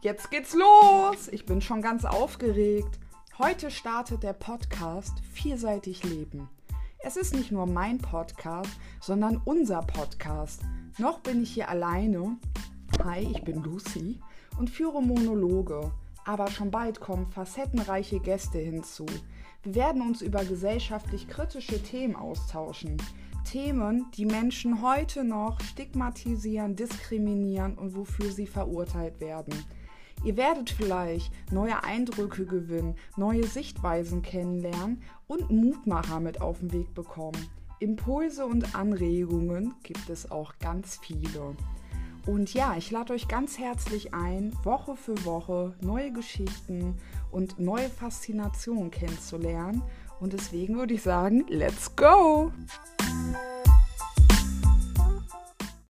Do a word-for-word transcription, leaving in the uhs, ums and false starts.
Jetzt geht's los! Ich bin schon ganz aufgeregt. Heute startet der Podcast Vielseitig Leben. Es ist nicht nur mein Podcast, sondern unser Podcast. Noch bin ich hier alleine. Hi, ich bin Lucy und führe Monologe. Aber schon bald kommen facettenreiche Gäste hinzu. Wir werden uns über gesellschaftlich kritische Themen austauschen. Themen, die Menschen heute noch stigmatisieren, diskriminieren und wofür sie verurteilt werden. Ihr werdet vielleicht neue Eindrücke gewinnen, neue Sichtweisen kennenlernen und Mutmacher mit auf den Weg bekommen. Impulse und Anregungen gibt es auch ganz viele. Und ja, ich lade euch ganz herzlich ein, Woche für Woche neue Geschichten und neue Faszinationen kennenzulernen. Und deswegen würde ich sagen, let's go!